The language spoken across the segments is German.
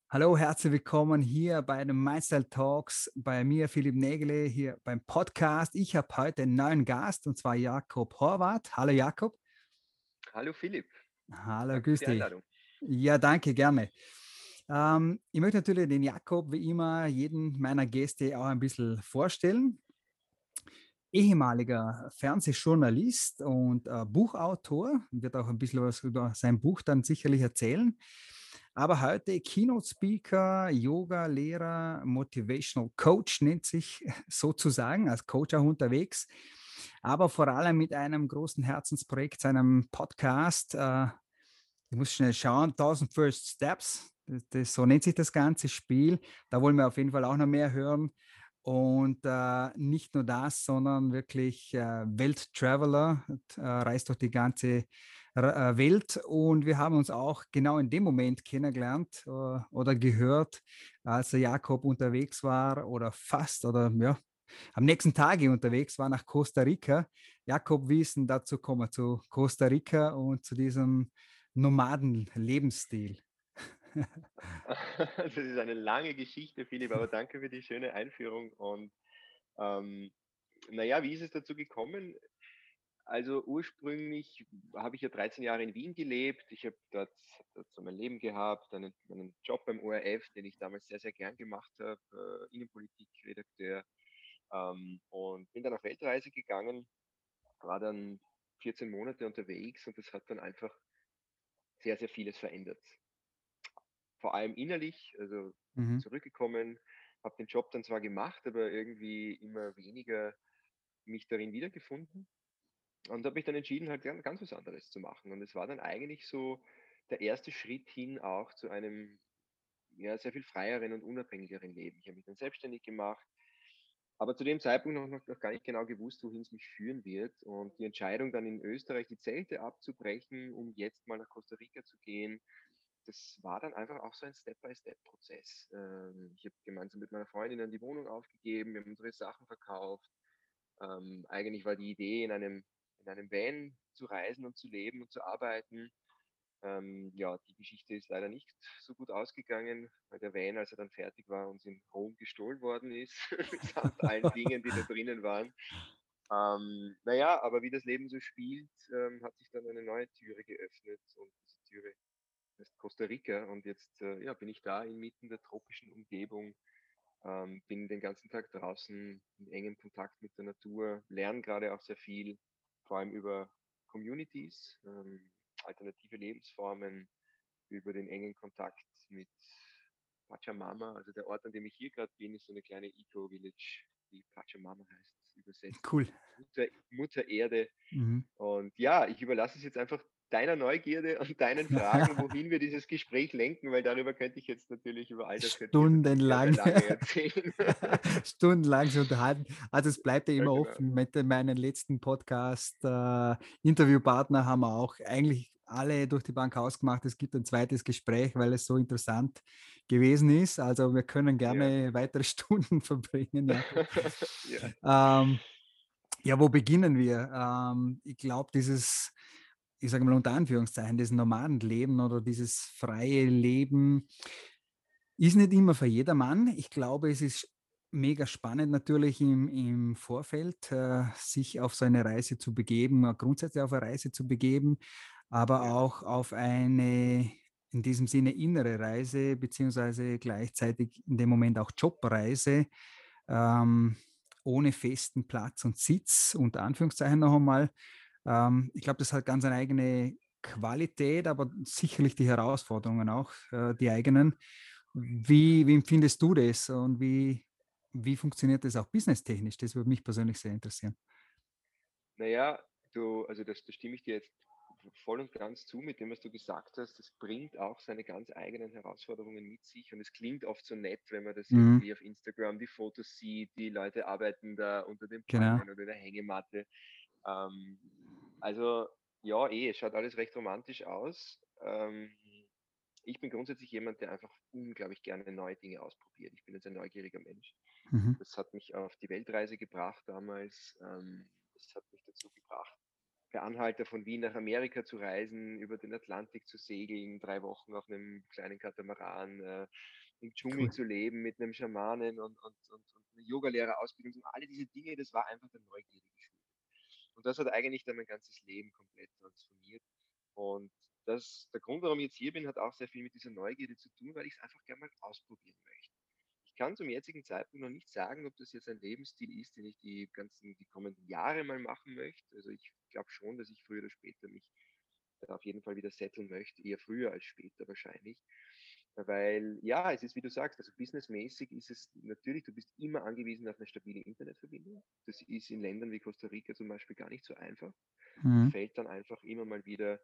Hallo, herzlich willkommen hier bei den Mindstyle Talks. Bei mir, Philipp Nägele, hier beim Podcast. Ich habe heute einen neuen Gast und zwar Jakob Horvath. Hallo Jakob. Hallo Philipp, Hallo, danke für grüß die dich. Einladung. Ja, danke, gerne. Ich möchte natürlich den Jakob wie immer jeden meiner Gäste auch ein bisschen vorstellen. Ehemaliger Fernsehjournalist und Buchautor, wird auch ein bisschen was über sein Buch dann sicherlich erzählen. Aber heute Keynote Speaker, Yoga-Lehrer, Motivational Coach nennt sich sozusagen, als Coach auch unterwegs, aber vor allem mit einem großen Herzensprojekt, seinem Podcast. Ich muss schnell schauen, 1000 First Steps, so nennt sich das ganze Spiel. Da wollen wir auf jeden Fall auch noch mehr hören. Und nicht nur das, sondern wirklich Welttraveler, reist durch die ganze Welt. Und wir haben uns auch genau in dem Moment kennengelernt oder gehört, als der Jakob unterwegs war oder fast oder ja, am nächsten Tage unterwegs war nach Costa Rica. Jakob, wie ist denn dazu gekommen, zu Costa Rica und zu diesem Nomaden-Lebensstil? Das ist eine lange Geschichte, Philipp, aber danke für die schöne Einführung. Und ähm, naja, wie ist es dazu gekommen? Also ursprünglich habe ich ja 13 Jahre in Wien gelebt. Ich habe dort so mein Leben gehabt, einen Job beim ORF, den ich damals sehr, sehr gern gemacht habe, Innenpolitikredakteur, und bin dann auf Weltreise gegangen, war dann 14 Monate unterwegs und das hat dann einfach sehr, sehr vieles verändert. Vor allem innerlich, also bin Mhm. zurückgekommen, habe den Job dann zwar gemacht, aber irgendwie immer weniger mich darin wiedergefunden und habe mich dann entschieden, halt ganz was anderes zu machen. Und es war dann eigentlich so der erste Schritt hin auch zu einem ja, sehr viel freieren und unabhängigeren Leben. Ich habe mich dann selbstständig gemacht, aber zu dem Zeitpunkt noch gar nicht genau gewusst, wohin es mich führen wird. Und die Entscheidung dann in Österreich die Zelte abzubrechen, um jetzt mal nach Costa Rica zu gehen, das war dann einfach auch so ein Step-by-Step-Prozess. Ich habe gemeinsam mit meiner Freundin dann die Wohnung aufgegeben, wir haben unsere Sachen verkauft. Eigentlich war die Idee, in einem Van zu reisen und zu leben und zu arbeiten. Ja, die Geschichte ist leider nicht so gut ausgegangen, weil der Van, als er dann fertig war, uns in Rom gestohlen worden ist, samt allen Dingen, die da drinnen waren. Naja, aber wie das Leben so spielt, hat sich dann eine neue Türe geöffnet und diese Türe ist Costa Rica und jetzt ja, bin ich da inmitten der tropischen Umgebung, bin den ganzen Tag draußen in engem Kontakt mit der Natur, lerne gerade auch sehr viel, vor allem über Communities, alternative Lebensformen, über den engen Kontakt mit Pachamama, also der Ort, an dem ich hier gerade bin, ist so eine kleine Eco-Village, die Pachamama heißt, übersetzt Cool. Mutter Erde. Mhm. Und ja, ich überlasse es jetzt einfach deiner Neugierde und deinen Fragen, wohin wir dieses Gespräch lenken, weil darüber könnte ich jetzt natürlich, über all das könnte ich jetzt natürlich sehr, sehr Stundenlang, lange erzählen. stundenlang sich unterhalten. Also es bleibt ja Ja, immer genau. offen. Mit meinen letzten Podcast Interviewpartner haben wir auch eigentlich alle durch die Bank ausgemacht. Es gibt ein zweites Gespräch, weil es so interessant gewesen ist. Also wir können Ja. gerne weitere Stunden verbringen, Jakob. Ja. Ähm, ja, wo beginnen wir? Ich glaube, ich sage mal unter Anführungszeichen, das Nomadenleben oder dieses freie Leben ist nicht immer für jedermann. Ich glaube, es ist mega spannend natürlich im Vorfeld, sich auf so eine Reise zu begeben, grundsätzlich auf eine Reise zu begeben, aber Ja. auch auf eine in diesem Sinne innere Reise, beziehungsweise gleichzeitig in dem Moment auch Jobreise, ähm, ohne festen Platz und Sitz, unter Anführungszeichen noch einmal. Ich glaube, das hat ganz eine eigene Qualität, aber sicherlich die Herausforderungen auch, die eigenen. Wie empfindest du das und wie funktioniert das auch businesstechnisch? Das würde mich persönlich sehr interessieren. Naja, also da stimme ich dir jetzt voll und ganz zu mit dem, was du gesagt hast. Das bringt auch seine ganz eigenen Herausforderungen mit sich und es klingt oft so nett, wenn man das Mhm, irgendwie auf Instagram die Fotos sieht, die Leute arbeiten da unter den genau. Palmen oder der Hängematte. Ähm, also ja, es schaut alles recht romantisch aus. Ich bin grundsätzlich jemand, der einfach unglaublich gerne neue Dinge ausprobiert. Ich bin jetzt ein neugieriger Mensch. Mhm, Das hat mich auf die Weltreise gebracht damals. Das hat mich dazu gebracht, per Anhalter von Wien nach Amerika zu reisen, über den Atlantik zu segeln, 3 Wochen auf einem kleinen Katamaran, im Dschungel Cool. zu leben mit einem Schamanen und eine Yogalehrerausbildung und alle diese Dinge, das war einfach der Neugierde geschuldet. Und das hat eigentlich dann mein ganzes Leben komplett transformiert. Und der Grund, warum ich jetzt hier bin, hat auch sehr viel mit dieser Neugierde zu tun, weil ich es einfach gerne mal ausprobieren möchte. Ich kann zum jetzigen Zeitpunkt noch nicht sagen, ob das jetzt ein Lebensstil ist, den ich die kommenden Jahre mal machen möchte. Also ich glaube schon, dass ich früher oder später mich da auf jeden Fall wieder setteln möchte, eher früher als später wahrscheinlich. Weil ja, es ist, wie du sagst, also businessmäßig ist es natürlich, du bist immer angewiesen auf eine stabile Internetverbindung. Das ist in Ländern wie Costa Rica zum Beispiel gar nicht so einfach. Da Mhm. fällt dann einfach immer mal wieder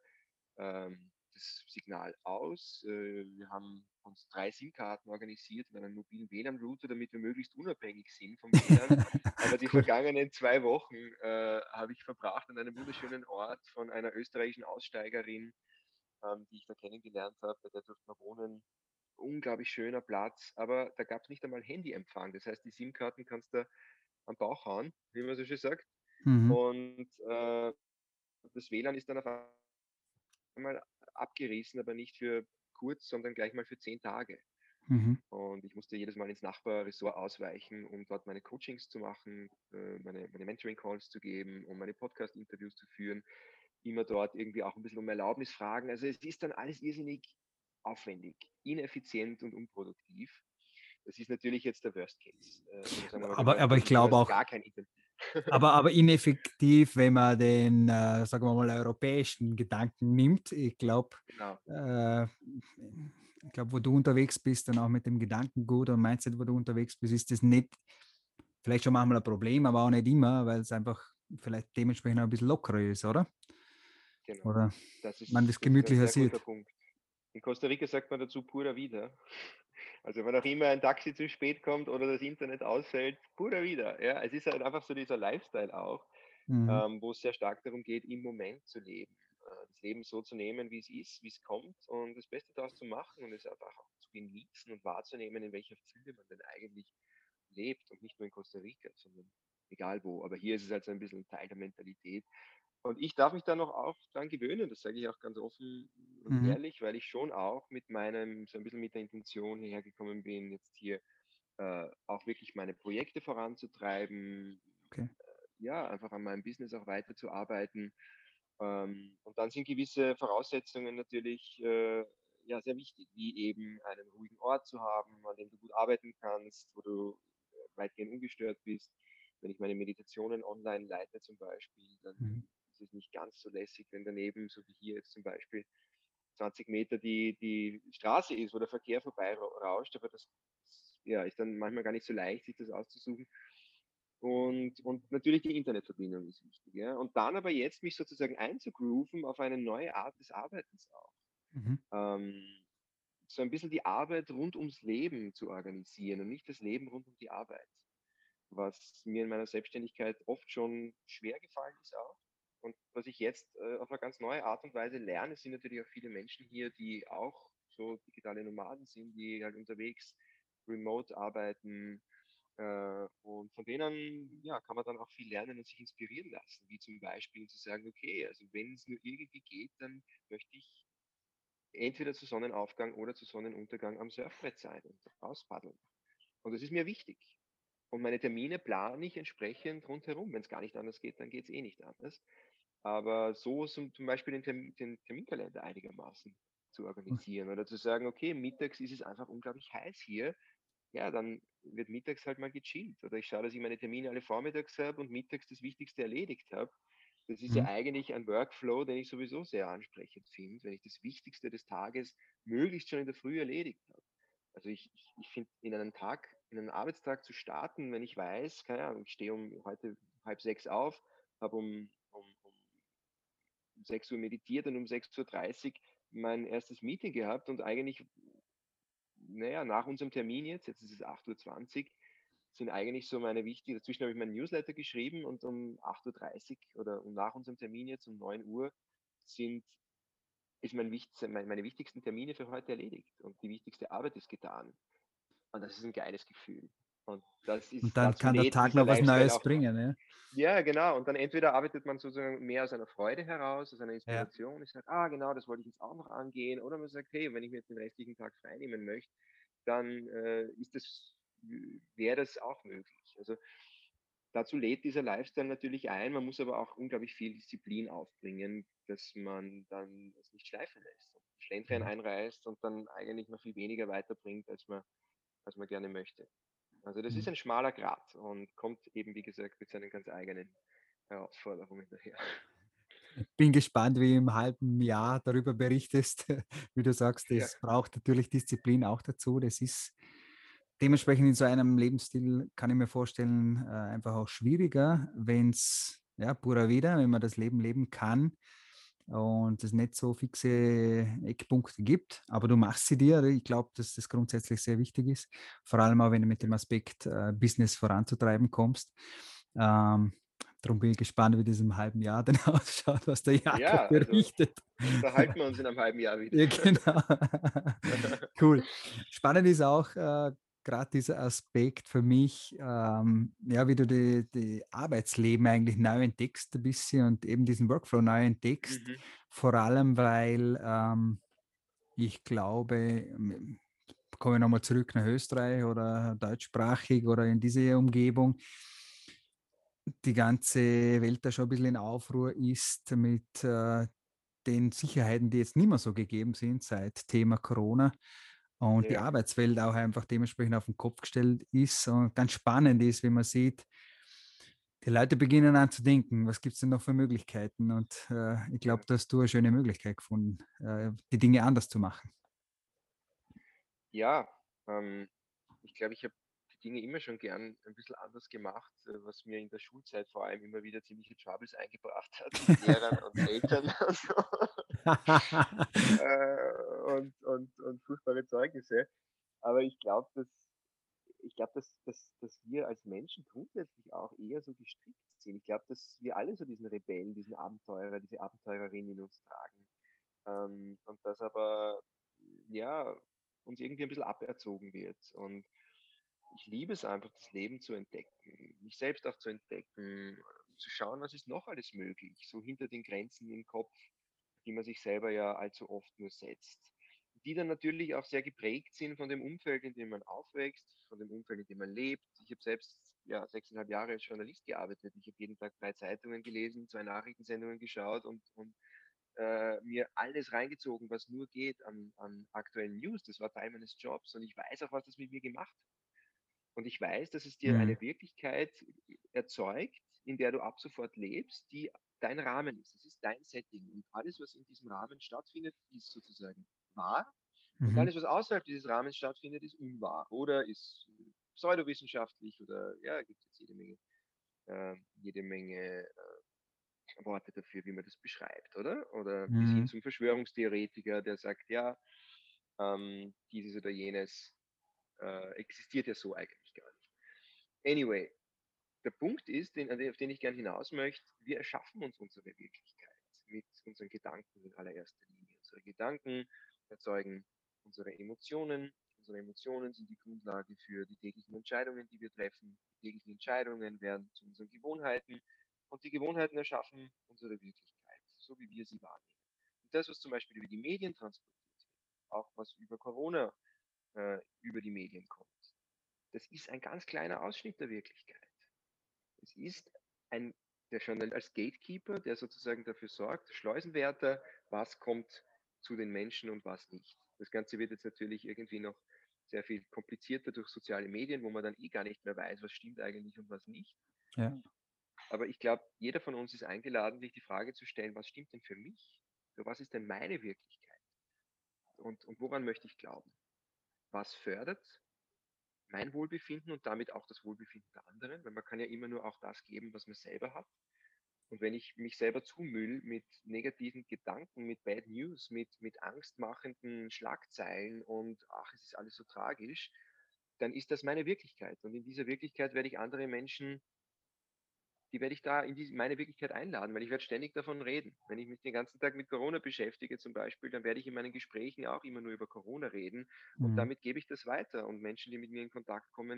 das Signal aus. Wir haben uns 3 SIM-Karten organisiert in einem mobilen WLAN-Router, damit wir möglichst unabhängig sind vom WLAN. Aber die Cool. vergangenen 2 Wochen habe ich verbracht an einem wunderschönen Ort von einer österreichischen Aussteigerin, die ich da kennengelernt habe. Bei der durfte man wohnen. Unglaublich schöner Platz, aber da gab es nicht einmal Handyempfang. Das heißt, die SIM-Karten kannst du am Bauch hauen, wie man so schön sagt. Mhm. Und das WLAN ist dann auf einmal abgerissen, aber nicht für kurz, sondern gleich mal für 10 Tage. Mhm. Und ich musste jedes Mal ins Nachbarressort ausweichen, um dort meine Coachings zu machen, meine Mentoring-Calls zu geben, um meine Podcast-Interviews zu führen, immer dort irgendwie auch ein bisschen um Erlaubnis fragen. Also es ist dann alles irrsinnig aufwendig, ineffizient und unproduktiv. Das ist natürlich jetzt der Worst Case. Oder sagen wir mal, der Worst Aber Case ich ist, du glaube hast auch, gar kein Internet. aber ineffektiv, wenn man den, sagen wir mal, europäischen Gedanken nimmt. Genau. Äh, ich glaube, wo du unterwegs bist, dann auch mit dem Gedankengut und Mindset, wo du unterwegs bist, ist das nicht, vielleicht schon manchmal ein Problem, aber auch nicht immer, weil es einfach vielleicht dementsprechend auch ein bisschen lockerer ist, oder? Genau. Oder Das man das ist, das ist ein gemütlicher sehr guter sieht. Punkt. In Costa Rica sagt man dazu pura vida. Also wenn auch immer ein Taxi zu spät kommt oder das Internet ausfällt, pura vida. Ja, es ist halt einfach so dieser Lifestyle auch, Mhm. wo es sehr stark darum geht, im Moment zu leben. Das Leben so zu nehmen, wie es ist, wie es kommt und das Beste daraus zu machen und es einfach auch zu genießen und wahrzunehmen, in welcher Fülle man denn eigentlich lebt und nicht nur in Costa Rica, sondern egal wo. Aber hier ist es halt so ein bisschen ein Teil der Mentalität. Und ich darf mich da noch auch dran gewöhnen, das sage ich auch ganz offen und Mhm. ehrlich, weil ich schon auch mit meinem, so ein bisschen mit der Intention hierher gekommen bin, jetzt hier auch wirklich meine Projekte voranzutreiben, Okay. ja, einfach an meinem Business auch weiterzuarbeiten. Und dann sind gewisse Voraussetzungen natürlich ja, sehr wichtig, wie eben einen ruhigen Ort zu haben, an dem du gut arbeiten kannst, wo du weitgehend ungestört bist. Wenn ich meine Meditationen online leite zum Beispiel, dann Mhm. ist es nicht ganz so lässig, wenn daneben, so wie hier jetzt zum Beispiel, 20 Meter die Straße ist, wo der Verkehr vorbei rauscht, aber das ja, ist dann manchmal gar nicht so leicht, sich das auszusuchen. Und natürlich die Internetverbindung ist wichtig. Ja? Und dann aber jetzt mich sozusagen einzugrooven auf eine neue Art des Arbeitens auch. Mhm. Ähm, so ein bisschen die Arbeit rund ums Leben zu organisieren und nicht das Leben rund um die Arbeit. Was mir in meiner Selbstständigkeit oft schon schwer gefallen ist auch. Und was ich jetzt auf eine ganz neue Art und Weise lerne, sind natürlich auch viele Menschen hier, die auch so digitale Nomaden sind, die halt unterwegs remote arbeiten, und von denen ja, kann man dann auch viel lernen und sich inspirieren lassen, wie zum Beispiel zu sagen, okay, also wenn es nur irgendwie geht, dann möchte ich entweder zu Sonnenaufgang oder zu Sonnenuntergang am Surfbrett sein und rauspaddeln. Und das ist mir wichtig. Und meine Termine plane ich entsprechend rundherum. Wenn es gar nicht anders geht, dann geht es eh nicht anders. Aber so zum Beispiel den Terminkalender einigermaßen zu organisieren oder zu sagen, okay, mittags ist es einfach unglaublich heiß hier, ja, dann wird mittags halt mal gechillt. Oder ich schaue, dass ich meine Termine alle vormittags habe und mittags das Wichtigste erledigt habe. Das ist ja Mhm. eigentlich ein Workflow, den ich sowieso sehr ansprechend finde, wenn ich das Wichtigste des Tages möglichst schon in der Früh erledigt habe. Also ich finde, in einen Arbeitstag zu starten, wenn ich weiß, keine Ahnung, ich stehe heute 5:30 auf, habe um 6 Uhr meditiert und um 6:30 Uhr mein erstes Meeting gehabt und eigentlich naja, nach unserem Termin jetzt ist es 8:20 Uhr, sind eigentlich so meine wichtigen, dazwischen habe ich meinen Newsletter geschrieben und um 8:30 Uhr oder nach unserem Termin jetzt um 9 Uhr sind, ist meine wichtigsten Termine für heute erledigt und die wichtigste Arbeit ist getan. Und das ist ein geiles Gefühl. Und das Und ist, dann dazu kann der lädt Tag dieser noch was Lifestyle Neues auch. bringen, ja. Ja, genau. Und dann entweder arbeitet man sozusagen mehr aus einer Freude heraus, aus einer Ja. Inspiration. Ich sage, genau, das wollte ich jetzt auch noch angehen. Oder man sagt, hey, wenn ich mir jetzt den restlichen Tag freinehmen möchte, dann wäre das auch möglich. Also dazu lädt dieser Lifestyle natürlich ein. Man muss aber auch unglaublich viel Disziplin aufbringen, dass man dann es nicht schleifen lässt. Schlendrian Mhm. einreißt und dann eigentlich noch viel weniger weiterbringt, als man gerne möchte. Also das ist Mhm. ein schmaler Grat und kommt eben, wie gesagt, mit seinen ganz eigenen Herausforderungen daher. Bin gespannt, wie im halben Jahr darüber berichtest. Wie du sagst, Ja, es braucht natürlich Disziplin auch dazu. Das ist dementsprechend in so einem Lebensstil, kann ich mir vorstellen, einfach auch schwieriger, wenn es, ja, pura vida, wenn man das Leben leben kann und es nicht so fixe Eckpunkte gibt. Aber du machst sie dir. Ich glaube, dass das grundsätzlich sehr wichtig ist. Vor allem auch, wenn du mit dem Aspekt Business voranzutreiben kommst. Ähm, Darum bin ich gespannt, wie das im halben Jahr dann ausschaut, was der Jakob ja, also berichtet. unterhalten wir uns in einem halben Jahr wieder. Ja, genau. Cool. Spannend ist auch gerade dieser Aspekt für mich, ja, wie du die Arbeitsleben eigentlich neu entdeckst ein bisschen und eben diesen Workflow neu entdeckst. Mhm. Vor allem, weil ich glaube, komme ich nochmal zurück nach Österreich oder deutschsprachig oder in diese Umgebung, die ganze Welt da schon ein bisschen in Aufruhr ist mit den Sicherheiten, die jetzt nicht mehr so gegeben sind seit Thema Corona und die Ja, Arbeitswelt auch einfach dementsprechend auf den Kopf gestellt ist und ganz spannend ist, wie man sieht, die Leute beginnen an zu denken, was gibt es denn noch für Möglichkeiten? Und ich glaube, ja. da hast du eine schöne Möglichkeit gefunden, die Dinge anders zu machen. Ja, ich glaube, ich habe die Dinge immer schon gern ein bisschen anders gemacht, was mir in der Schulzeit vor allem immer wieder ziemliche Troubles eingebracht hat mit Lehrern und Eltern und so. Und furchtbare Zeugnisse. Aber ich glaube, dass wir als Menschen grundsätzlich auch eher so gestrickt sind. Ich glaube, dass wir alle so diesen Rebellen, diesen Abenteurer, diese Abenteurerin in uns tragen. Und das aber, ja, uns irgendwie ein bisschen aberzogen wird. Und ich liebe es einfach, das Leben zu entdecken, mich selbst auch zu entdecken, zu schauen, was ist noch alles möglich, so hinter den Grenzen im Kopf, die man sich selber ja allzu oft nur setzt. Die dann natürlich auch sehr geprägt sind von dem Umfeld, in dem man aufwächst, von dem Umfeld, in dem man lebt. Ich habe selbst 6,5 Jahre als Journalist gearbeitet. Ich habe jeden Tag 3 Zeitungen gelesen, 2 Nachrichtensendungen geschaut und mir alles reingezogen, was nur geht an aktuellen News. Das war Teil meines Jobs und ich weiß auch, was das mit mir gemacht hat. Und ich weiß, dass es dir Hm. eine Wirklichkeit erzeugt, in der du ab sofort lebst, die dein Rahmen ist. Es ist dein Setting. Und alles, was in diesem Rahmen stattfindet, ist sozusagen wahr. Und Mhm. alles, was außerhalb dieses Rahmens stattfindet, ist unwahr oder ist pseudowissenschaftlich oder ja, gibt es jetzt jede Menge Worte dafür, wie man das beschreibt, oder? Oder bis hin Mhm. zum Verschwörungstheoretiker, der sagt, ja, dieses oder jenes existiert ja so eigentlich gar nicht. Anyway, der Punkt ist, auf den ich gerne hinaus möchte, wir erschaffen uns unsere Wirklichkeit mit unseren Gedanken in allererster Linie. Unsere Gedanken erzeugen unsere Emotionen. Unsere Emotionen sind die Grundlage für die täglichen Entscheidungen, die wir treffen. Die täglichen Entscheidungen werden zu unseren Gewohnheiten und die Gewohnheiten erschaffen unsere Wirklichkeit, so wie wir sie wahrnehmen. Und das, was zum Beispiel über die Medien transportiert wird, auch was über Corona über die Medien kommt, das ist ein ganz kleiner Ausschnitt der Wirklichkeit. Es ist ein, der Journalist als Gatekeeper, der sozusagen dafür sorgt, Schleusenwärter, was kommt zu den Menschen und was nicht. Das Ganze wird jetzt natürlich irgendwie noch sehr viel komplizierter durch soziale Medien, wo man dann gar nicht mehr weiß, was stimmt eigentlich und was nicht. Ja. Aber ich glaube, jeder von uns ist eingeladen, sich die Frage zu stellen, was stimmt denn für mich? Was ist denn meine Wirklichkeit? Und woran möchte ich glauben? Was fördert mein Wohlbefinden und damit auch das Wohlbefinden der anderen? Weil man kann ja immer nur auch das geben, was man selber hat. Und wenn ich mich selber zumüll mit negativen Gedanken, mit Bad News, mit angstmachenden Schlagzeilen und ach, es ist alles so tragisch, dann ist das meine Wirklichkeit. Und in dieser Wirklichkeit werde ich andere Menschen, die werde ich da in meine Wirklichkeit einladen, weil ich werde ständig davon reden. Wenn ich mich den ganzen Tag mit Corona beschäftige zum Beispiel, dann werde ich in meinen Gesprächen auch immer nur über Corona reden und Mhm. damit gebe ich das weiter. Und Menschen, die mit mir in Kontakt kommen,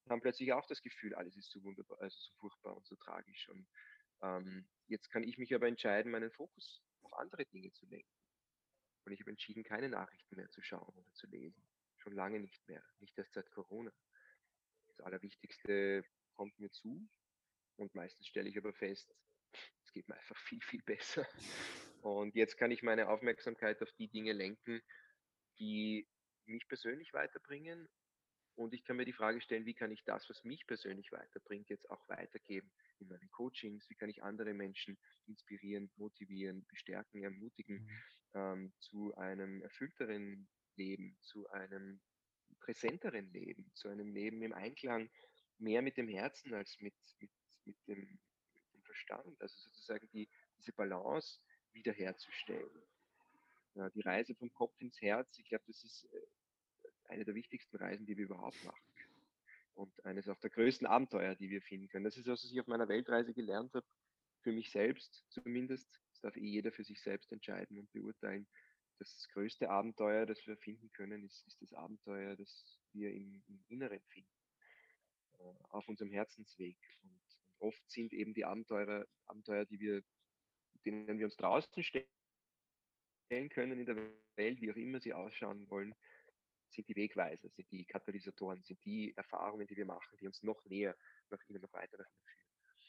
haben plötzlich auch das Gefühl, alles ist so wunderbar, also so furchtbar und so tragisch. Und jetzt kann ich mich aber entscheiden, meinen Fokus auf andere Dinge zu lenken. Und ich habe entschieden, keine Nachrichten mehr zu schauen oder zu lesen. Schon lange nicht mehr. Nicht erst seit Corona. Das Allerwichtigste kommt mir zu. Und meistens stelle ich aber fest, es geht mir einfach viel, viel besser. Und jetzt kann ich meine Aufmerksamkeit auf die Dinge lenken, die mich persönlich weiterbringen. Und ich kann mir die Frage stellen, wie kann ich das, was mich persönlich weiterbringt, jetzt auch weitergeben in meinen Coachings? Wie kann ich andere Menschen inspirieren, motivieren, bestärken, ermutigen Mhm. zu einem erfüllteren Leben, zu einem präsenteren Leben, zu einem Leben im Einklang mehr mit dem Herzen als mit dem Verstand. Also sozusagen diese Balance wiederherzustellen. Ja, die Reise vom Kopf ins Herz, ich glaube, das ist eine der wichtigsten Reisen, die wir überhaupt machen können. Und eines auch der größten Abenteuer, die wir finden können. Das ist, was ich auf meiner Weltreise gelernt habe, für mich selbst zumindest. Das darf jeder für sich selbst entscheiden und beurteilen. Das größte Abenteuer, das wir finden können, ist das Abenteuer, das wir im Inneren finden, auf unserem Herzensweg. Und oft sind eben die Abenteuer, denen wir uns draußen stellen können in der Welt, wie auch immer sie ausschauen wollen, sind die Wegweiser, sind die Katalysatoren, sind die Erfahrungen, die wir machen, die uns noch näher, noch immer noch weiter dahin führen.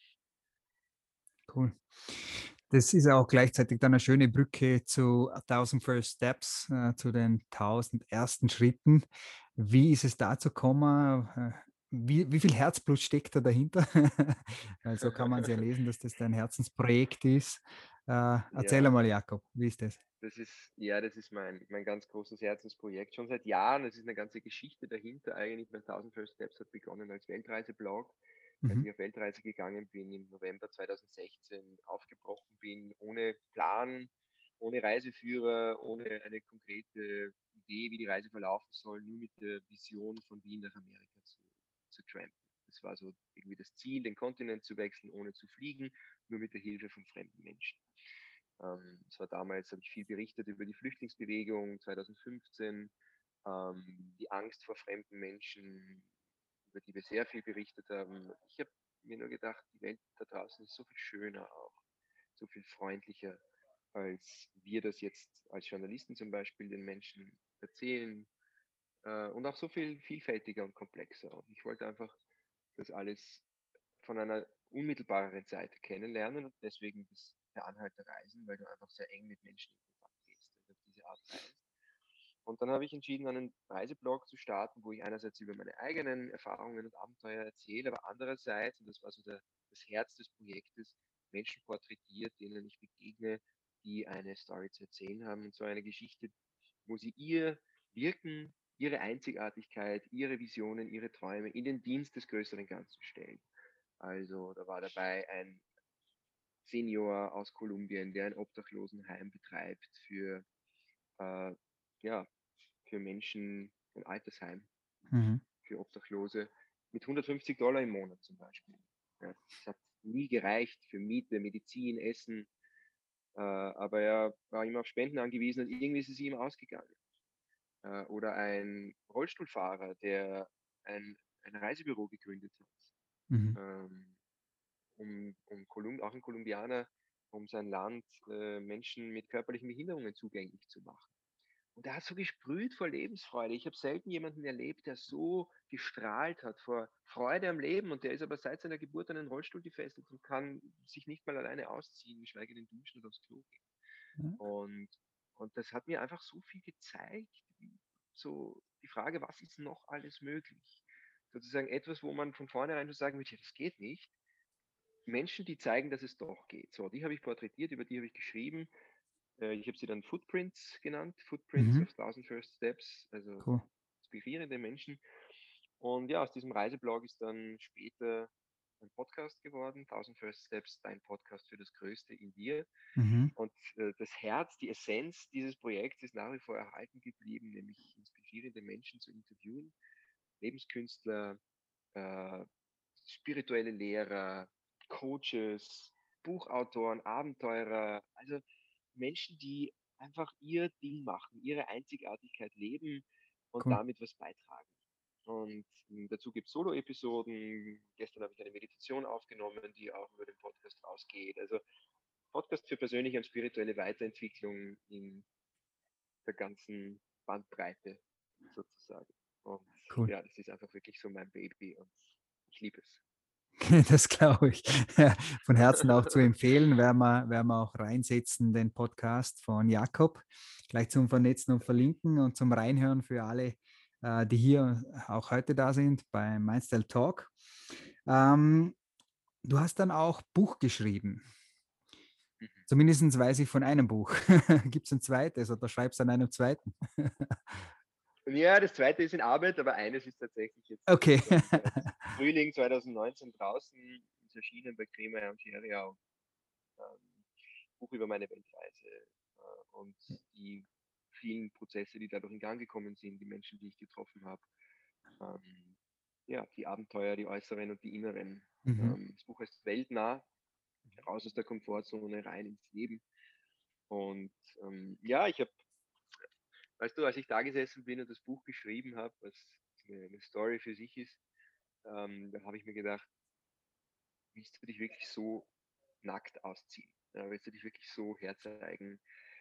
Cool. Das ist ja auch gleichzeitig dann eine schöne Brücke zu 1000 First Steps, zu den 1000 ersten Schritten. Wie ist es dazu gekommen? Wie viel Herzblut steckt da dahinter? Weil so kann man es ja lesen, dass das dein Herzensprojekt ist. Erzähl Ja, einmal, Jakob, wie ist das? das ist mein ganz großes Herzensprojekt. Schon seit Jahren, es ist eine ganze Geschichte dahinter. Eigentlich, mein 1000 First Steps hat begonnen als Weltreiseblog, als Mhm. ich auf Weltreise gegangen bin, im November 2016 aufgebrochen bin, ohne Plan, ohne Reiseführer, ohne eine konkrete Idee, wie die Reise verlaufen soll, nur mit der Vision von Wien nach Amerika zu trampen. Das war so irgendwie das Ziel, den Kontinent zu wechseln, ohne zu fliegen, nur mit der Hilfe von fremden Menschen. Es war damals, habe ich viel berichtet über die Flüchtlingsbewegung 2015, die Angst vor fremden Menschen, über die wir sehr viel berichtet haben. Ich habe mir nur gedacht, die Welt da draußen ist so viel schöner auch, so viel freundlicher, als wir das jetzt als Journalisten zum Beispiel den Menschen erzählen, und auch so viel vielfältiger und komplexer. Und ich wollte einfach das alles von einer unmittelbareren Seite kennenlernen und deswegen der Anhalt der Reisen, weil du einfach sehr eng mit Menschen in Kontakt gehst, wenn du auf diese Art reist. Und dann habe ich entschieden, einen Reiseblog zu starten, wo ich einerseits über meine eigenen Erfahrungen und Abenteuer erzähle, aber andererseits, und das war so das Herz des Projektes, Menschen porträtiert, denen ich begegne, die eine Story zu erzählen haben, und zwar eine Geschichte, wo sie ihr Wirken, ihre Einzigartigkeit, ihre Visionen, ihre Träume in den Dienst des größeren Ganzen stellen. Also da war dabei ein Senior aus Kolumbien, der ein Obdachlosenheim betreibt äh, ja, für Menschen, ein Altersheim Mhm. für Obdachlose mit $150 im Monat zum Beispiel. Ja, das hat nie gereicht für Miete, Medizin, Essen, aber er war immer auf Spenden angewiesen und irgendwie ist es ihm ausgegangen. Oder ein Rollstuhlfahrer, der ein Reisebüro gegründet hat, Mhm. ähm, auch ein Kolumbianer, um sein Land Menschen mit körperlichen Behinderungen zugänglich zu machen. Und er hat so gesprüht vor Lebensfreude. Ich habe selten jemanden erlebt, der so gestrahlt hat vor Freude am Leben. Und der ist aber seit seiner Geburt an einen Rollstuhl gefesselt und kann sich nicht mal alleine ausziehen, geschweige denn duschen oder aufs Klo gehen. Ja, Und, und das hat mir einfach so viel gezeigt, so die Frage, was ist noch alles möglich? Sozusagen etwas, wo man von vornherein schon sagen würde, ja, das geht nicht. Menschen, die zeigen, dass es doch geht. So, die habe ich porträtiert, über die habe ich geschrieben. Ich habe sie dann Footprints genannt, Footprints Mhm. of 1000 First Steps, also Cool. inspirierende Menschen. Und ja, aus diesem Reiseblog ist dann später ein Podcast geworden, 1000 First Steps, dein Podcast für das Größte in dir. Mhm. Und das Herz, die Essenz dieses Projekts ist nach wie vor erhalten geblieben, nämlich inspirierende Menschen zu interviewen, Lebenskünstler, äh, spirituelle Lehrer, Coaches, Buchautoren, Abenteurer, also Menschen, die einfach ihr Ding machen, ihre Einzigartigkeit leben und Cool. damit was beitragen. Und dazu gibt es Solo-Episoden. Gestern habe ich eine Meditation aufgenommen, die auch über den Podcast rausgeht. Also Podcast für persönliche und spirituelle Weiterentwicklung in der ganzen Bandbreite sozusagen. Und Cool. ja, das ist einfach wirklich so mein Baby und ich liebe es. Das glaube ich. Von Herzen auch zu empfehlen, werden wir auch reinsetzen, den Podcast von Jakob, gleich zum Vernetzen und Verlinken und zum Reinhören für alle, die hier auch heute da sind beim Mindstyle Talk. Ähm, Du hast dann auch Buch geschrieben. Mhm. Zumindest weiß ich von einem Buch. Gibt es ein zweites oder schreibst du an einem zweiten? Ja, das zweite ist in Arbeit, aber eines ist tatsächlich jetzt Okay. schon seit Frühling 2019 draußen, ist erschienen bei Crema und Scheria. Buch über meine Weltreise und die vielen Prozesse, die dadurch in Gang gekommen sind, die Menschen, die ich getroffen habe, ja, die Abenteuer, die äußeren und die inneren. Mhm. Das Buch heißt Weltnah, raus aus der Komfortzone, rein ins Leben. Und ja, ich habe, weißt du, als ich da gesessen bin und das Buch geschrieben habe, was eine Story für sich ist, da habe ich mir gedacht, willst du dich wirklich so nackt ausziehen? Ja, willst du dich wirklich so herzeigen?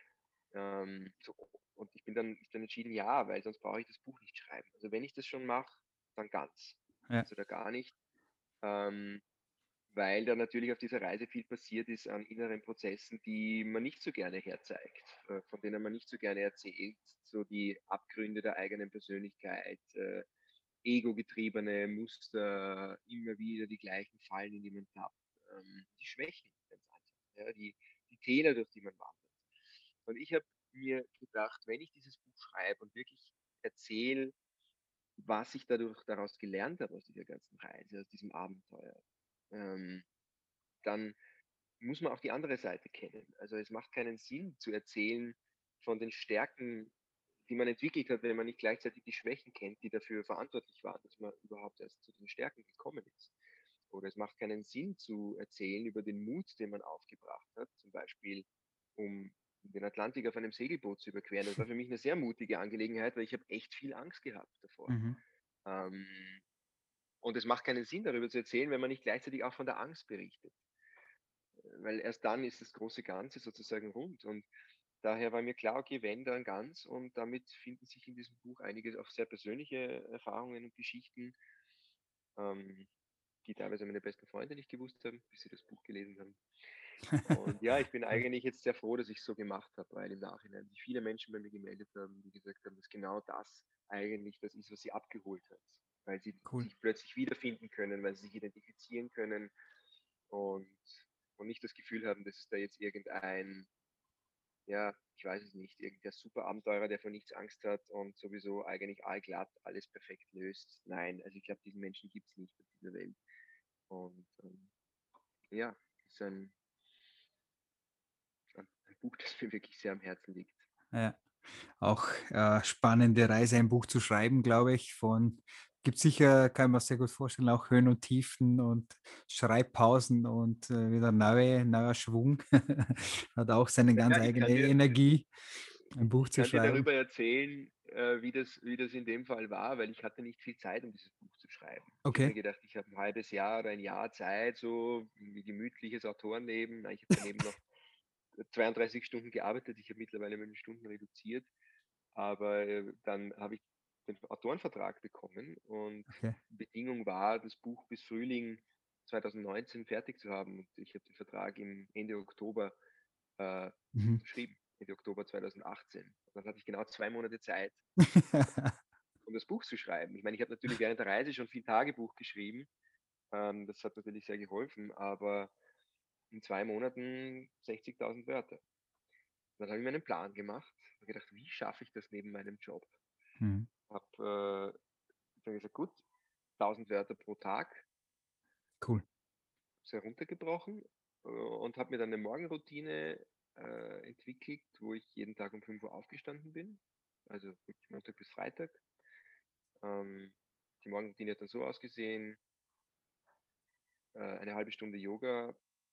So, und ich dann entschieden, ja, weil sonst brauche ich das Buch nicht schreiben. Also wenn ich das schon mache, dann ganz. Ja. Also da gar nicht. Ähm, Weil da natürlich auf dieser Reise viel passiert ist an inneren Prozessen, die man nicht so gerne herzeigt, von denen man nicht so gerne erzählt. So die Abgründe der eigenen Persönlichkeit, ego-getriebene Muster, immer wieder die gleichen Fallen, in die man tappt, die Schwächen, ganz einfach, ja, die Täler, durch die man wandert. Und ich habe mir gedacht, wenn ich dieses Buch schreibe und wirklich erzähle, was ich daraus gelernt habe aus dieser ganzen Reise, aus diesem Abenteuer, ähm, dann muss man auch die andere Seite kennen. Also es macht keinen Sinn zu erzählen von den Stärken, die man entwickelt hat, wenn man nicht gleichzeitig die Schwächen kennt, die dafür verantwortlich waren, dass man überhaupt erst zu den Stärken gekommen ist. Oder es macht keinen Sinn zu erzählen über den Mut, den man aufgebracht hat, zum Beispiel um den Atlantik auf einem Segelboot zu überqueren. Das war für mich eine sehr mutige Angelegenheit, weil ich habe echt viel Angst gehabt davor. Mhm. Ähm, und es macht keinen Sinn, darüber zu erzählen, wenn man nicht gleichzeitig auch von der Angst berichtet. Weil erst dann ist das große Ganze sozusagen rund. Und daher war mir klar, okay, wenn, dann ganz. Und damit finden sich in diesem Buch einige auch sehr persönliche Erfahrungen und Geschichten, ähm, die teilweise meine besten Freunde nicht gewusst haben, bis sie das Buch gelesen haben. Und ja, ich bin Cool. eigentlich jetzt sehr froh, dass ich es so gemacht habe, weil im Nachhinein sich viele Menschen bei mir gemeldet haben, die gesagt haben, dass genau das eigentlich das ist, was sie abgeholt hat. Weil sie Cool. sich plötzlich wiederfinden können, weil sie sich identifizieren können und, und nicht das Gefühl haben, dass es da jetzt irgendein, ja, ich weiß es nicht, irgendein super Abenteurer, der vor nichts Angst hat und sowieso eigentlich allglatt alles perfekt löst. Nein, also ich glaube, diesen Menschen gibt es nicht auf dieser Welt. Und ja, das ist ein Buch, das mir wirklich sehr am Herzen liegt. Ja. Auch spannende Reise, ein Buch zu schreiben, glaube ich. Gibt sicher, kann man sehr gut vorstellen, auch Höhen und Tiefen und Schreibpausen und wieder neuer Schwung. Hat auch seine ganz Naja, eigene Energie, ein Buch ich zu kann dir schreiben. darüber erzählen, wie das in dem Fall war, weil ich hatte nicht viel Zeit, um dieses Buch zu schreiben. Ich habe mir Okay. gedacht, ich habe ein halbes Jahr oder ein Jahr Zeit, so wie gemütliches Autorenleben. Ich habe daneben noch 32 Stunden gearbeitet. Ich habe mittlerweile meine Stunden reduziert. Aber dann habe ich den Autorenvertrag bekommen und Okay. Bedingung war, das Buch bis Frühling 2019 fertig zu haben. Und ich habe den Vertrag im Ende Oktober Mhm. unterschrieben, Ende Oktober 2018. Und dann hatte ich genau 2 Monate Zeit, um das Buch zu schreiben. Ich meine, ich habe natürlich während der Reise schon viel Tagebuch geschrieben. Das hat natürlich sehr geholfen, aber in 2 Monaten 60.000 Wörter. Dann habe ich mir einen Plan gemacht und gedacht, wie schaffe ich das neben meinem Job? Mhm. Habe dann gesagt, gut, 1000 Wörter pro Tag, Cool. sehr runtergebrochen und habe mir dann eine Morgenroutine entwickelt, wo ich jeden Tag um 5 Uhr aufgestanden bin, also wirklich Montag bis Freitag. Ähm, Die Morgenroutine hat dann so ausgesehen, eine halbe Stunde Yoga,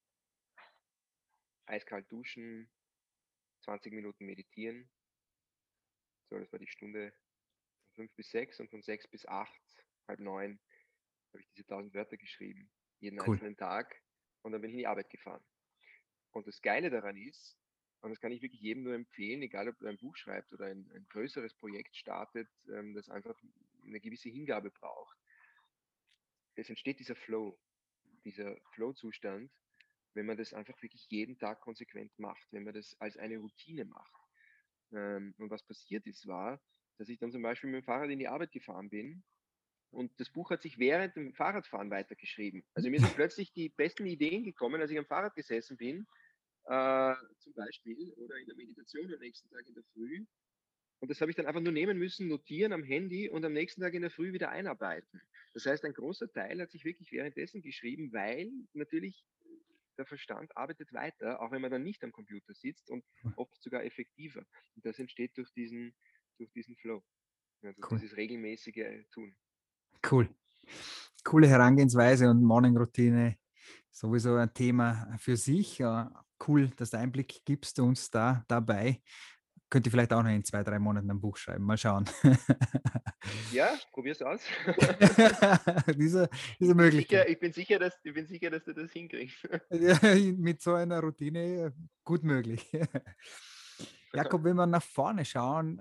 eiskalt duschen, 20 Minuten meditieren. So, das war die Stunde. 5 bis 6 und von 6 bis 8, halb 9 habe ich diese 1000 Wörter geschrieben, jeden Cool. einzelnen Tag und dann bin ich in die Arbeit gefahren. Und das Geile daran ist, und das kann ich wirklich jedem nur empfehlen, egal ob er ein Buch schreibt oder ein größeres Projekt startet, das einfach eine gewisse Hingabe braucht. Es entsteht dieser Flow-Zustand, wenn man das einfach wirklich jeden Tag konsequent macht, wenn man das als eine Routine macht. Und was passiert ist, war, dass ich dann zum Beispiel mit dem Fahrrad in die Arbeit gefahren bin und das Buch hat sich während dem Fahrradfahren weitergeschrieben. Also mir sind plötzlich die besten Ideen gekommen, als ich am Fahrrad gesessen bin, zum Beispiel, oder in der Meditation am nächsten Tag in der Früh. Und das habe ich dann einfach nur nehmen müssen, notieren am Handy und am nächsten Tag in der Früh wieder einarbeiten. Das heißt, ein großer Teil hat sich wirklich währenddessen geschrieben, weil natürlich der Verstand arbeitet weiter, auch wenn man dann nicht am Computer sitzt und oft sogar effektiver. Und das entsteht durch diesen Flow, ja, durch Cool. dieses regelmäßige Tun. Cool. Coole Herangehensweise und Morning-Routine sowieso ein Thema für sich. Cool, dass du Einblick gibst uns dabei. Könnte vielleicht auch noch in 2, 3 Monaten ein Buch schreiben. Mal schauen. Ja, probier's aus. diese Ich bin Möglichkeit. sicher, ich bin sicher, dass du das hinkriegst. Ja, mit so einer Routine gut möglich. Jakob, wenn wir nach vorne schauen,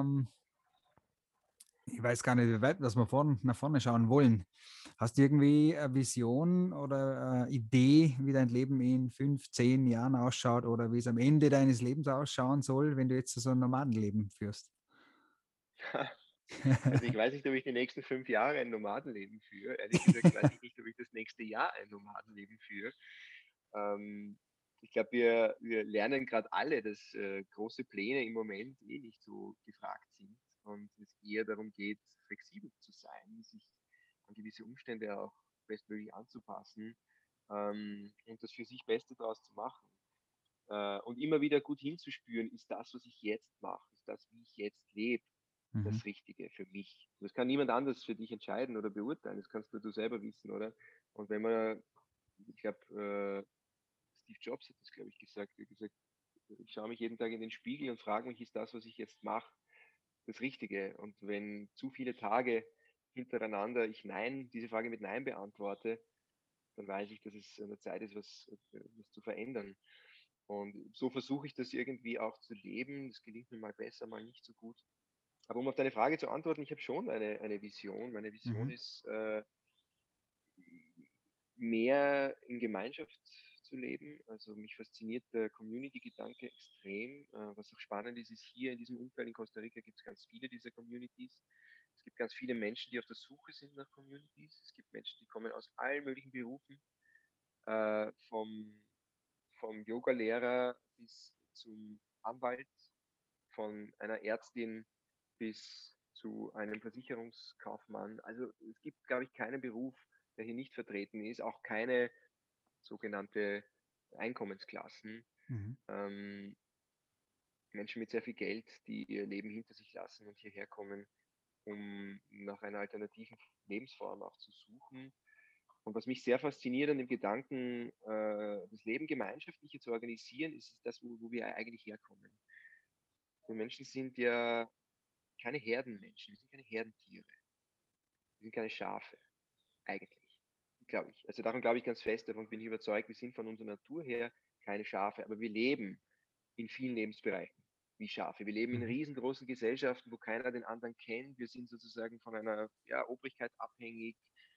ich weiß gar nicht, wie weit dass wir nach vorne schauen wollen. Hast du irgendwie eine Vision oder eine Idee, wie dein Leben in 5, 10 Jahren ausschaut oder wie es am Ende deines Lebens ausschauen soll, wenn du jetzt so ein Nomadenleben führst? Also ich weiß nicht, ob ich die nächsten 5 Jahre ein Nomadenleben führe. Ehrlich gesagt weiß ich nicht, ob ich das nächste Jahr ein Nomadenleben führe. Ähm, Ich glaube, wir lernen gerade alle, dass große Pläne im Moment eh nicht so gefragt sind und es eher darum geht, flexibel zu sein, sich an gewisse Umstände auch bestmöglich anzupassen und das für sich Beste daraus zu machen. Und immer wieder gut hinzuspüren, ist das, was ich jetzt mache, ist das, wie ich jetzt lebe, Mhm. das Richtige für mich. Das kann niemand anders für dich entscheiden oder beurteilen, das kannst nur du selber wissen, oder? Und wenn man, ich glaube, Steve Jobs hat das, glaube ich, gesagt. Er hat gesagt, ich schaue mich jeden Tag in den Spiegel und frage mich, ist das, was ich jetzt mache, das Richtige? Und wenn zu viele Tage hintereinander ich Nein, diese Frage mit Nein beantworte, dann weiß ich, dass es an der Zeit ist, was zu verändern. Und so versuche ich das irgendwie auch zu leben. Das gelingt mir mal besser, mal nicht so gut. Aber um auf deine Frage zu antworten, ich habe schon eine Vision. Meine Vision Mhm. ist, mehr in Gemeinschaft zu leben. Also mich fasziniert der Community-Gedanke extrem. Was auch spannend ist, ist hier in diesem Umfeld in Costa Rica gibt es ganz viele dieser Communities. Es gibt ganz viele Menschen, die auf der Suche sind nach Communities. Es gibt Menschen, die kommen aus allen möglichen Berufen, äh, vom, vom Yoga-Lehrer bis zum Anwalt, von einer Ärztin bis zu einem Versicherungskaufmann. Also es gibt, glaube ich, keinen Beruf, der hier nicht vertreten ist, auch keine sogenannte Einkommensklassen. Mhm. Ähm, Menschen mit sehr viel Geld, die ihr Leben hinter sich lassen und hierher kommen, um nach einer alternativen Lebensform auch zu suchen. Und was mich sehr fasziniert an dem Gedanken, das Leben gemeinschaftlicher zu organisieren, ist das, wo wir eigentlich herkommen. Wir Menschen sind ja keine Herdenmenschen, wir sind keine Herdentiere, wir sind keine Schafe, eigentlich, glaube ich. Also daran glaube ich ganz fest, davon bin ich überzeugt, wir sind von unserer Natur her keine Schafe, aber wir leben in vielen Lebensbereichen wie Schafe. Wir leben in Mhm. riesengroßen Gesellschaften, wo keiner den anderen kennt. Wir sind sozusagen von einer Obrigkeit abhängig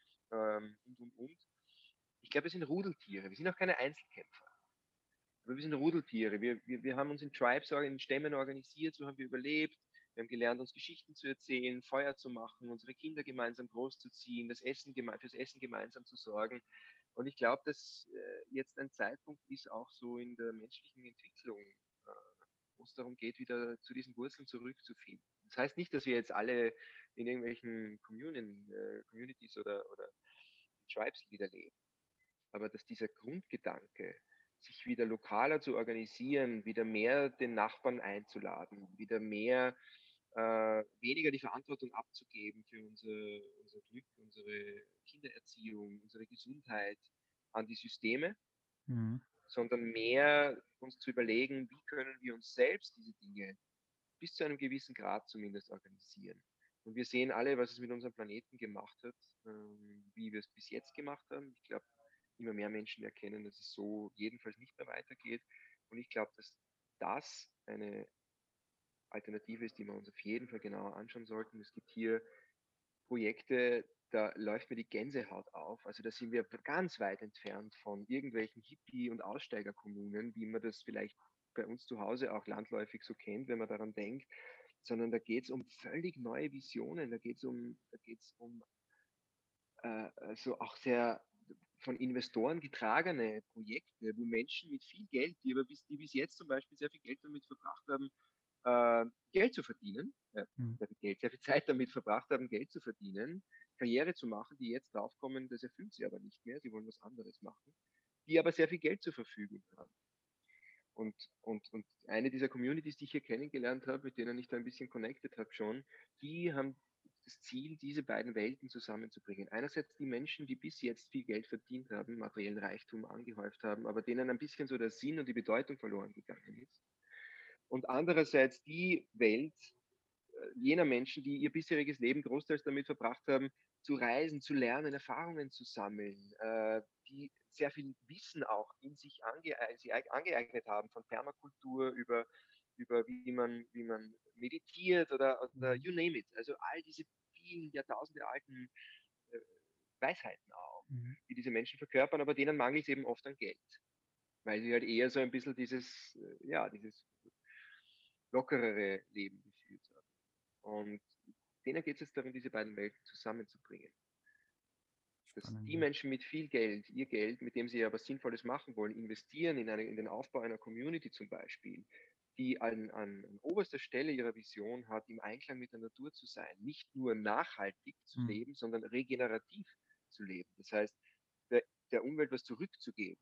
und. Ich glaube, wir sind Rudeltiere. Wir sind auch keine Einzelkämpfer. Aber wir sind Rudeltiere. Wir haben uns in Tribes, in Stämmen organisiert, so haben wir überlebt. Wir haben gelernt, uns Geschichten zu erzählen, Feuer zu machen, unsere Kinder gemeinsam großzuziehen, fürs Essen gemeinsam zu sorgen. Und ich glaube, dass jetzt ein Zeitpunkt ist, auch so in der menschlichen Entwicklung, wo es darum geht, wieder zu diesen Wurzeln zurückzufinden. Das heißt nicht, dass wir jetzt alle in irgendwelchen Communities oder Tribes wieder leben, aber dass dieser Grundgedanke, sich wieder lokaler zu organisieren, wieder mehr den Nachbarn einzuladen, wieder mehr, weniger die Verantwortung abzugeben für unser Glück, unsere Kindererziehung, unsere Gesundheit an die Systeme, Mhm. sondern mehr uns zu überlegen, wie können wir uns selbst diese Dinge bis zu einem gewissen Grad zumindest organisieren. Und wir sehen alle, was es mit unserem Planeten gemacht hat, wie wir es bis jetzt gemacht haben. Ich glaube, immer mehr Menschen erkennen, dass es so jedenfalls nicht mehr weitergeht. Und ich glaube, dass das eine Alternative ist, die wir uns auf jeden Fall genauer anschauen sollten. Es gibt hier Projekte, da läuft mir die Gänsehaut auf. Also da sind wir ganz weit entfernt von irgendwelchen Hippie- und Aussteigerkommunen, wie man das vielleicht bei uns zu Hause auch landläufig so kennt, wenn man daran denkt, sondern da geht es um völlig neue Visionen, da geht's um so auch sehr von Investoren getragene Projekte, wo Menschen mit viel Geld, die bis jetzt zum Beispiel sehr viel Geld damit verbracht haben, Geld zu verdienen, Mhm. sehr viel Zeit damit verbracht haben, Geld zu verdienen, Karriere zu machen, die jetzt draufkommen, das erfüllt sie aber nicht mehr, sie wollen was anderes machen, die aber sehr viel Geld zur Verfügung haben. Und eine dieser Communities, die ich hier kennengelernt habe, mit denen ich da ein bisschen connected habe schon, die haben das Ziel, diese beiden Welten zusammenzubringen. Einerseits die Menschen, die bis jetzt viel Geld verdient haben, materiellen Reichtum angehäuft haben, aber denen ein bisschen so der Sinn und die Bedeutung verloren gegangen ist. Und andererseits die Welt jener Menschen, die ihr bisheriges Leben großteils damit verbracht haben, zu reisen, zu lernen, Erfahrungen zu sammeln, die sehr viel Wissen auch in sich angeeignet haben, von Permakultur über wie man meditiert oder Mhm. you name it. Also all diese vielen Jahrtausende alten äh, Weisheiten auch, Mhm. die diese Menschen verkörpern, aber denen mangelt es eben oft an Geld, weil sie halt eher so ein bisschen dieses lockerere Leben geführt haben. Und denen geht es jetzt darum, diese beiden Welten zusammenzubringen. Dass Spannend, die ja. Menschen mit viel Geld, ihr Geld, mit dem sie ja was Sinnvolles machen wollen, investieren in den Aufbau einer Community zum Beispiel, die an oberster Stelle ihrer Vision hat, im Einklang mit der Natur zu sein, nicht nur nachhaltig zu Mhm. leben, sondern regenerativ zu leben. Das heißt, der, der Umwelt was zurückzugeben.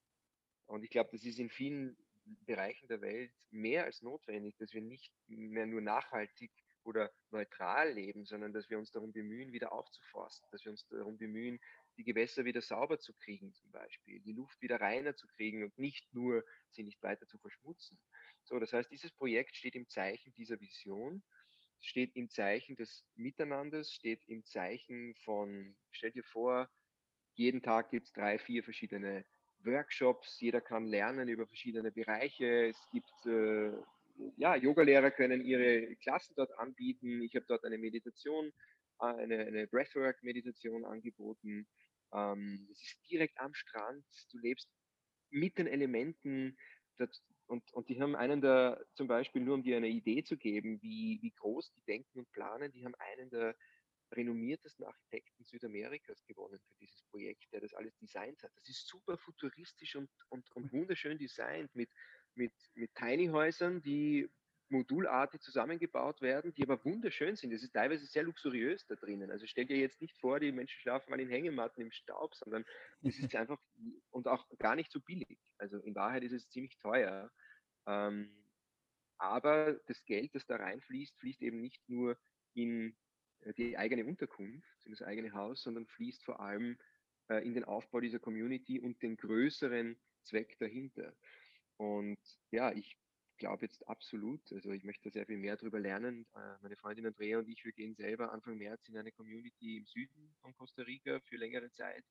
Und ich glaube, das ist in vielen Bereichen der Welt mehr als notwendig, dass wir nicht mehr nur nachhaltig oder neutral leben, sondern dass wir uns darum bemühen, wieder aufzuforsten, dass wir uns darum bemühen, die Gewässer wieder sauber zu kriegen, zum Beispiel, die Luft wieder reiner zu kriegen und nicht nur sie nicht weiter zu verschmutzen. So, das heißt, dieses Projekt steht im Zeichen dieser Vision, steht im Zeichen des Miteinanders, steht im Zeichen von, stell dir vor, jeden Tag gibt es 3, 4 verschiedene Workshops, jeder kann lernen über verschiedene Bereiche. Es gibt, Yogalehrer können ihre Klassen dort anbieten. Ich habe dort eine Meditation, eine Breathwork-Meditation angeboten. Es ist direkt am Strand. Du lebst mit den Elementen. Und die haben einen der, zum Beispiel nur um dir eine Idee zu geben, wie groß die denken und planen, die haben einen der renommiertesten Architekten Südamerikas gewonnen für dieses Projekt, der das alles designt hat. Das ist super futuristisch und wunderschön designt mit Tiny Häusern, die modulartig zusammengebaut werden, die aber wunderschön sind. Es ist teilweise sehr luxuriös da drinnen. Also stell dir jetzt nicht vor, die Menschen schlafen mal in Hängematten im Staub, sondern das ist einfach und auch gar nicht so billig. Also in Wahrheit ist es ziemlich teuer. Ähm, aber das Geld, das da reinfließt, fließt eben nicht nur in die eigene Unterkunft, in das eigene Haus, sondern fließt vor allem in den Aufbau dieser Community und den größeren Zweck dahinter. Und ja, ich glaube jetzt absolut, also ich möchte sehr viel mehr darüber lernen. Meine Freundin Andrea und ich, wir gehen selber Anfang März in eine Community im Süden von Costa Rica für längere Zeit.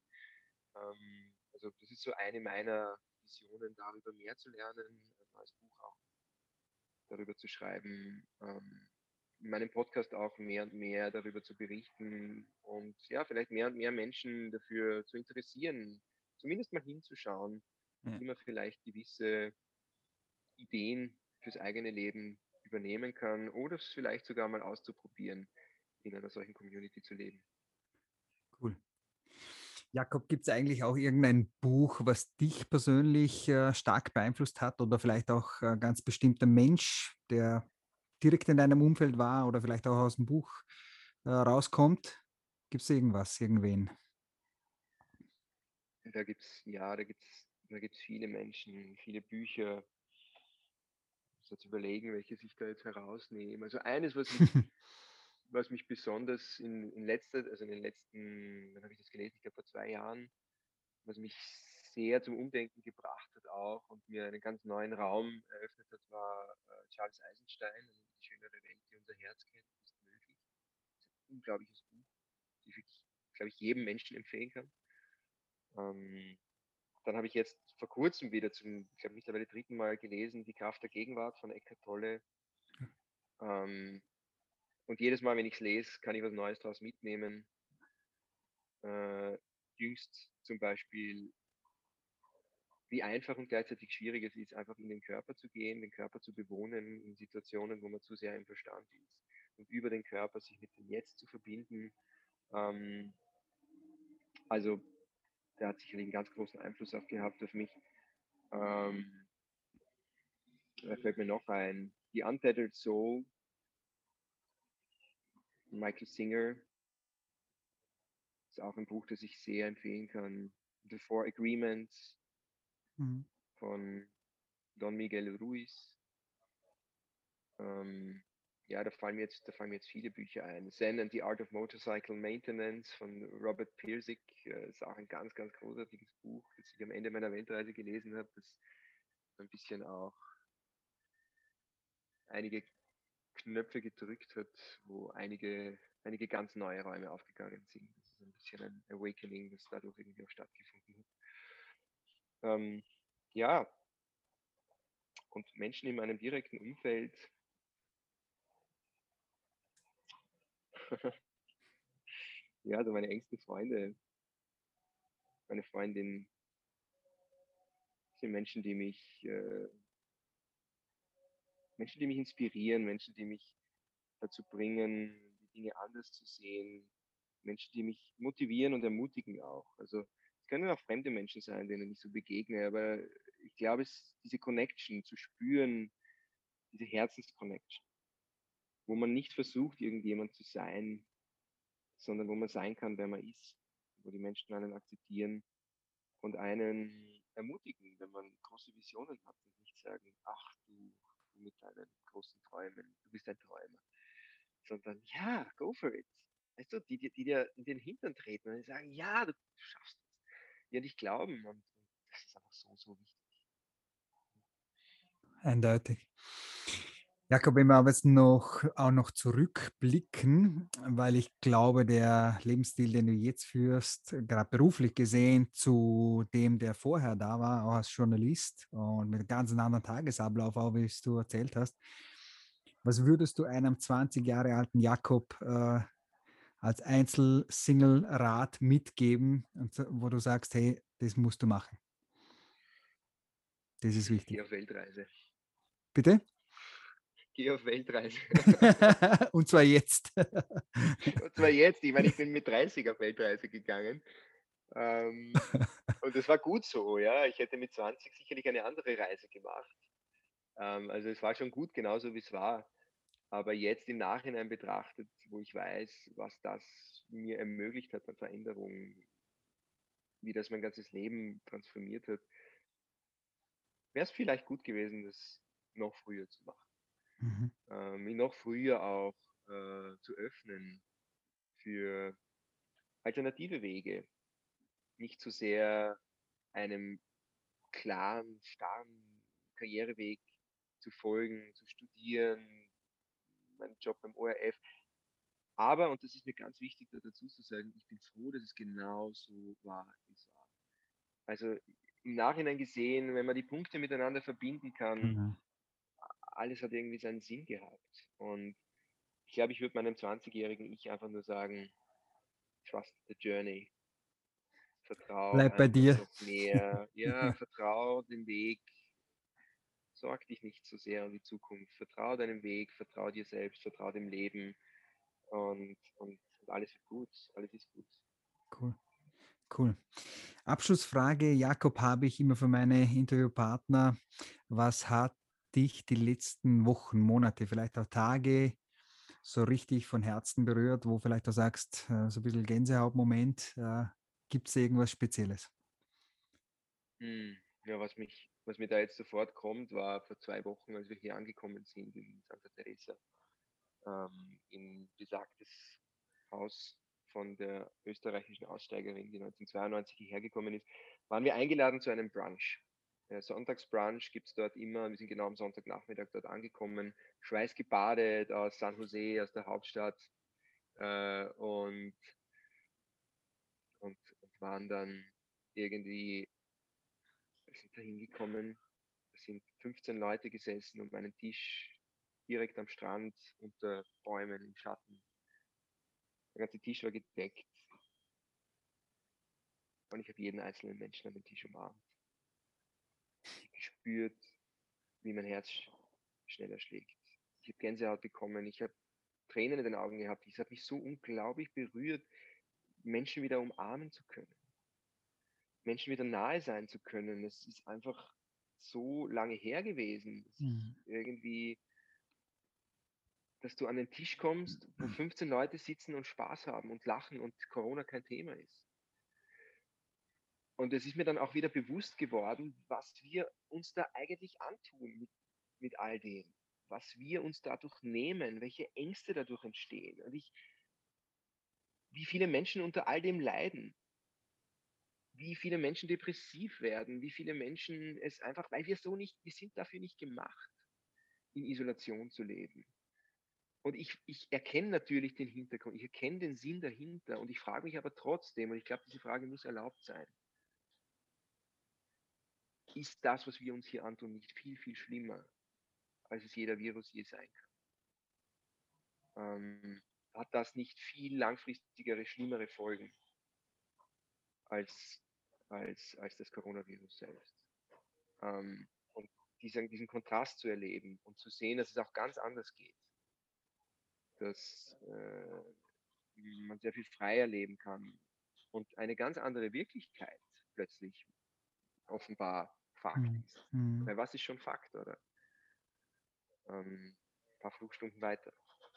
Also das ist so eine meiner Visionen, darüber mehr zu lernen, ein neues Buch auch darüber zu schreiben, in meinem Podcast auch mehr und mehr darüber zu berichten und ja, vielleicht mehr und mehr Menschen dafür zu interessieren, zumindest mal hinzuschauen, Ja, wie man vielleicht gewisse Ideen fürs eigene Leben übernehmen kann oder es vielleicht sogar mal auszuprobieren, in einer solchen Community zu leben. cool. Jakob, gibt es eigentlich auch irgendein Buch, was dich persönlich stark beeinflusst hat oder vielleicht auch ein ganz bestimmter Mensch, der direkt in deinem Umfeld war oder vielleicht auch aus dem Buch rauskommt? Gibt es irgendwas, irgendwen? Da gibt's viele Menschen, viele Bücher, so zu überlegen, welches ich da jetzt herausnehme. Also eines, was mich besonders also in den letzten, wann habe ich das gelesen? Ich glaube vor 2 Jahren, was mich sehr zum Umdenken gebracht hat auch und mir einen ganz neuen Raum eröffnet hat, war Charles Eisenstein, also die schönere Welt, die unser Herz kennt, ist möglich. unglaubliches Buch, das ich, glaube ich, jedem Menschen empfehlen kann. Ähm, Dann habe ich jetzt vor kurzem wieder ich glaube mittlerweile dritten Mal gelesen, Die Kraft der Gegenwart von Eckhart Tolle. Ähm, und jedes Mal, wenn ich es lese, kann ich was Neues daraus mitnehmen. Jüngst zum Beispiel, wie einfach und gleichzeitig schwierig es ist, einfach in den Körper zu gehen, den Körper zu bewohnen, in Situationen, wo man zu sehr im Verstand ist. Und über den Körper sich mit dem Jetzt zu verbinden. Ähm, also, der hat sicherlich einen ganz großen Einfluss auch gehabt auf mich. Ähm, Da fällt mir noch ein, The Untethered Soul, Michael Singer, ist auch ein Buch, das ich sehr empfehlen kann. The Four Agreements Mhm. von Don Miguel Ruiz. Ähm, ja, da fallen mir jetzt viele Bücher ein. Zen and the Art of Motorcycle Maintenance von Robert Pirsig, ist auch ein ganz, ganz großartiges Buch, das ich am Ende meiner Weltreise gelesen habe, das ein bisschen auch einige Knöpfe gedrückt hat, wo einige ganz neue Räume aufgegangen sind. Das ist ein bisschen ein Awakening, das dadurch irgendwie auch stattgefunden hat. Ja, und Menschen in meinem direkten Umfeld, ja, also meine engsten Freunde, meine Freundin, sind Menschen, die mich inspirieren, Menschen, die mich dazu bringen, die Dinge anders zu sehen, Menschen, die mich motivieren und ermutigen auch. Also es können auch fremde Menschen sein, denen ich so begegne, aber ich glaube, diese Connection zu spüren, diese Herzensconnection, wo man nicht versucht, irgendjemand zu sein, sondern wo man sein kann, wer man ist, wo die Menschen einen akzeptieren und einen ermutigen, wenn man große Visionen hat und nicht sagen, ach du mit deinen großen Träumen, du bist ein Träumer, sondern ja, go for it. Weißt du, die dir in den Hintern treten und die sagen, ja, du schaffst es. Die an dich glauben und das ist einfach so, so wichtig. Eindeutig. Jakob, wenn wir aber jetzt auch noch zurückblicken, weil ich glaube, der Lebensstil, den du jetzt führst, gerade beruflich gesehen, zu dem, der vorher da war, auch als Journalist und mit einem ganz anderen Tagesablauf, auch wie es du erzählt hast, was würdest du einem 20 Jahre alten Jakob als Einzel-Single-Rat mitgeben, wo du sagst, hey, das musst du machen, das ist Geh wichtig. auf Weltreise. Bitte? Geh auf Weltreise. Und zwar jetzt. Und zwar jetzt, ich meine, ich bin mit 30 auf Weltreise gegangen. Und das war gut so, ja. Ich hätte mit 20 sicherlich eine andere Reise gemacht. Also es war schon gut, genauso wie es war. Aber jetzt im Nachhinein betrachtet, wo ich weiß, was das mir ermöglicht hat an Veränderungen, wie das mein ganzes Leben transformiert hat, wäre es vielleicht gut gewesen, das noch früher zu machen. Mhm. Mich noch früher auch zu öffnen für alternative Wege, nicht zu sehr einem klaren, starren Karriereweg zu folgen, zu studieren, meinen Job beim ORF. Aber, und das ist mir ganz wichtig da dazu zu sagen, ich bin froh, dass es genau so war, wie es war. Also im Nachhinein gesehen, wenn man die Punkte miteinander verbinden kann, Genau. alles hat irgendwie seinen Sinn gehabt. Und ich glaube, ich würde meinem 20-jährigen Ich einfach nur sagen, trust the journey. Vertrau Bleib bei einfach dir. noch mehr. Ja, vertrau dem Weg. Sorg dich nicht so sehr um die Zukunft. Vertrau deinem Weg, vertrau dir selbst, vertrau dem Leben und alles wird gut. Alles ist gut. Cool. Cool. Abschlussfrage, Jakob, habe ich immer für meine Interviewpartner. Was hat dich die letzten Wochen, Monate, vielleicht auch Tage so richtig von Herzen berührt, wo vielleicht du sagst, so ein bisschen Gänsehautmoment, gibt es irgendwas Spezielles? Ja, was mir da jetzt sofort kommt, war vor 2 Wochen, als wir hier angekommen sind in Santa Teresa, in besagtes Haus von der österreichischen Aussteigerin, die 1992 hierher gekommen ist, waren wir eingeladen zu einem Brunch. Sonntagsbrunch gibt es dort immer. Wir sind genau am Sonntagnachmittag dort angekommen, schweißgebadet aus San Jose, aus der Hauptstadt, und, und waren dann irgendwie, wir sind da hingekommen, da sind 15 Leute gesessen um einen Tisch direkt am Strand unter Bäumen im Schatten. Der ganze Tisch war gedeckt und ich habe jeden einzelnen Menschen an dem Tisch umarmt. Ich habe gespürt, wie mein Herz schneller schlägt. Ich habe Gänsehaut bekommen, ich habe Tränen in den Augen gehabt. Es hat mich so unglaublich berührt, Menschen wieder umarmen zu können, Menschen wieder nahe sein zu können. Es ist einfach so lange her gewesen, dass ich Mhm. irgendwie, dass du an den Tisch kommst, wo 15 Leute sitzen und Spaß haben und lachen und Corona kein Thema ist. Und es ist mir dann auch wieder bewusst geworden, was wir uns da eigentlich antun mit all dem, was wir uns dadurch nehmen, welche Ängste dadurch entstehen und wie viele Menschen unter all dem leiden, wie viele Menschen depressiv werden, wie viele Menschen es einfach, weil wir sind dafür nicht gemacht, in Isolation zu leben. Und ich erkenne natürlich den Hintergrund, ich erkenne den Sinn dahinter und ich frage mich aber trotzdem, und ich glaube, diese Frage muss erlaubt sein, ist das, was wir uns hier antun, nicht viel, viel schlimmer, als es jeder Virus je sein kann? Hat das nicht viel langfristigere, schlimmere Folgen als, als das Coronavirus selbst? Und diesen Kontrast zu erleben und zu sehen, dass es auch ganz anders geht, dass man sehr viel freier leben kann und eine ganz andere Wirklichkeit plötzlich offenbar Fakt Mhm. ist. Mhm. Weil was ist schon Fakt, oder? Ein paar Flugstunden weiter.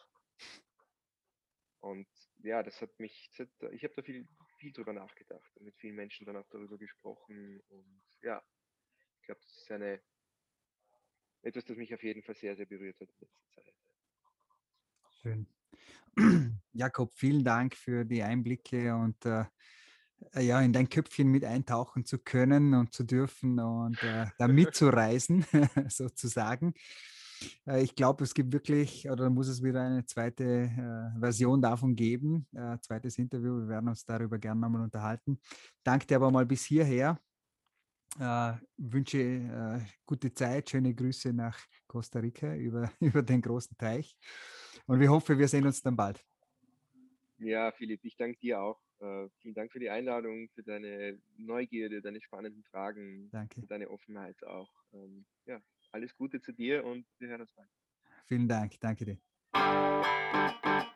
Und ja, ich habe da viel drüber nachgedacht und mit vielen Menschen dann auch darüber gesprochen. Und ja, ich glaube, das ist etwas, das mich auf jeden Fall sehr, sehr berührt hat in letzter Zeit. Schön. Jakob, vielen Dank für die Einblicke und ja, in dein Köpfchen mit eintauchen zu können und zu dürfen und da mitzureisen, sozusagen. Ich glaube, es gibt wirklich, oder muss es wieder eine zweite Version davon geben, zweites Interview. Wir werden uns darüber gerne nochmal unterhalten. Danke dir aber mal bis hierher. Wünsche gute Zeit, schöne Grüße nach Costa Rica über den großen Teich. Und wir hoffen, wir sehen uns dann bald. Ja, Philipp, ich danke dir auch. Vielen Dank für die Einladung, für deine Neugierde, deine spannenden Fragen, Danke. für deine Offenheit auch. Ja, alles Gute zu dir und wir hören uns bald. Vielen Dank. Danke dir.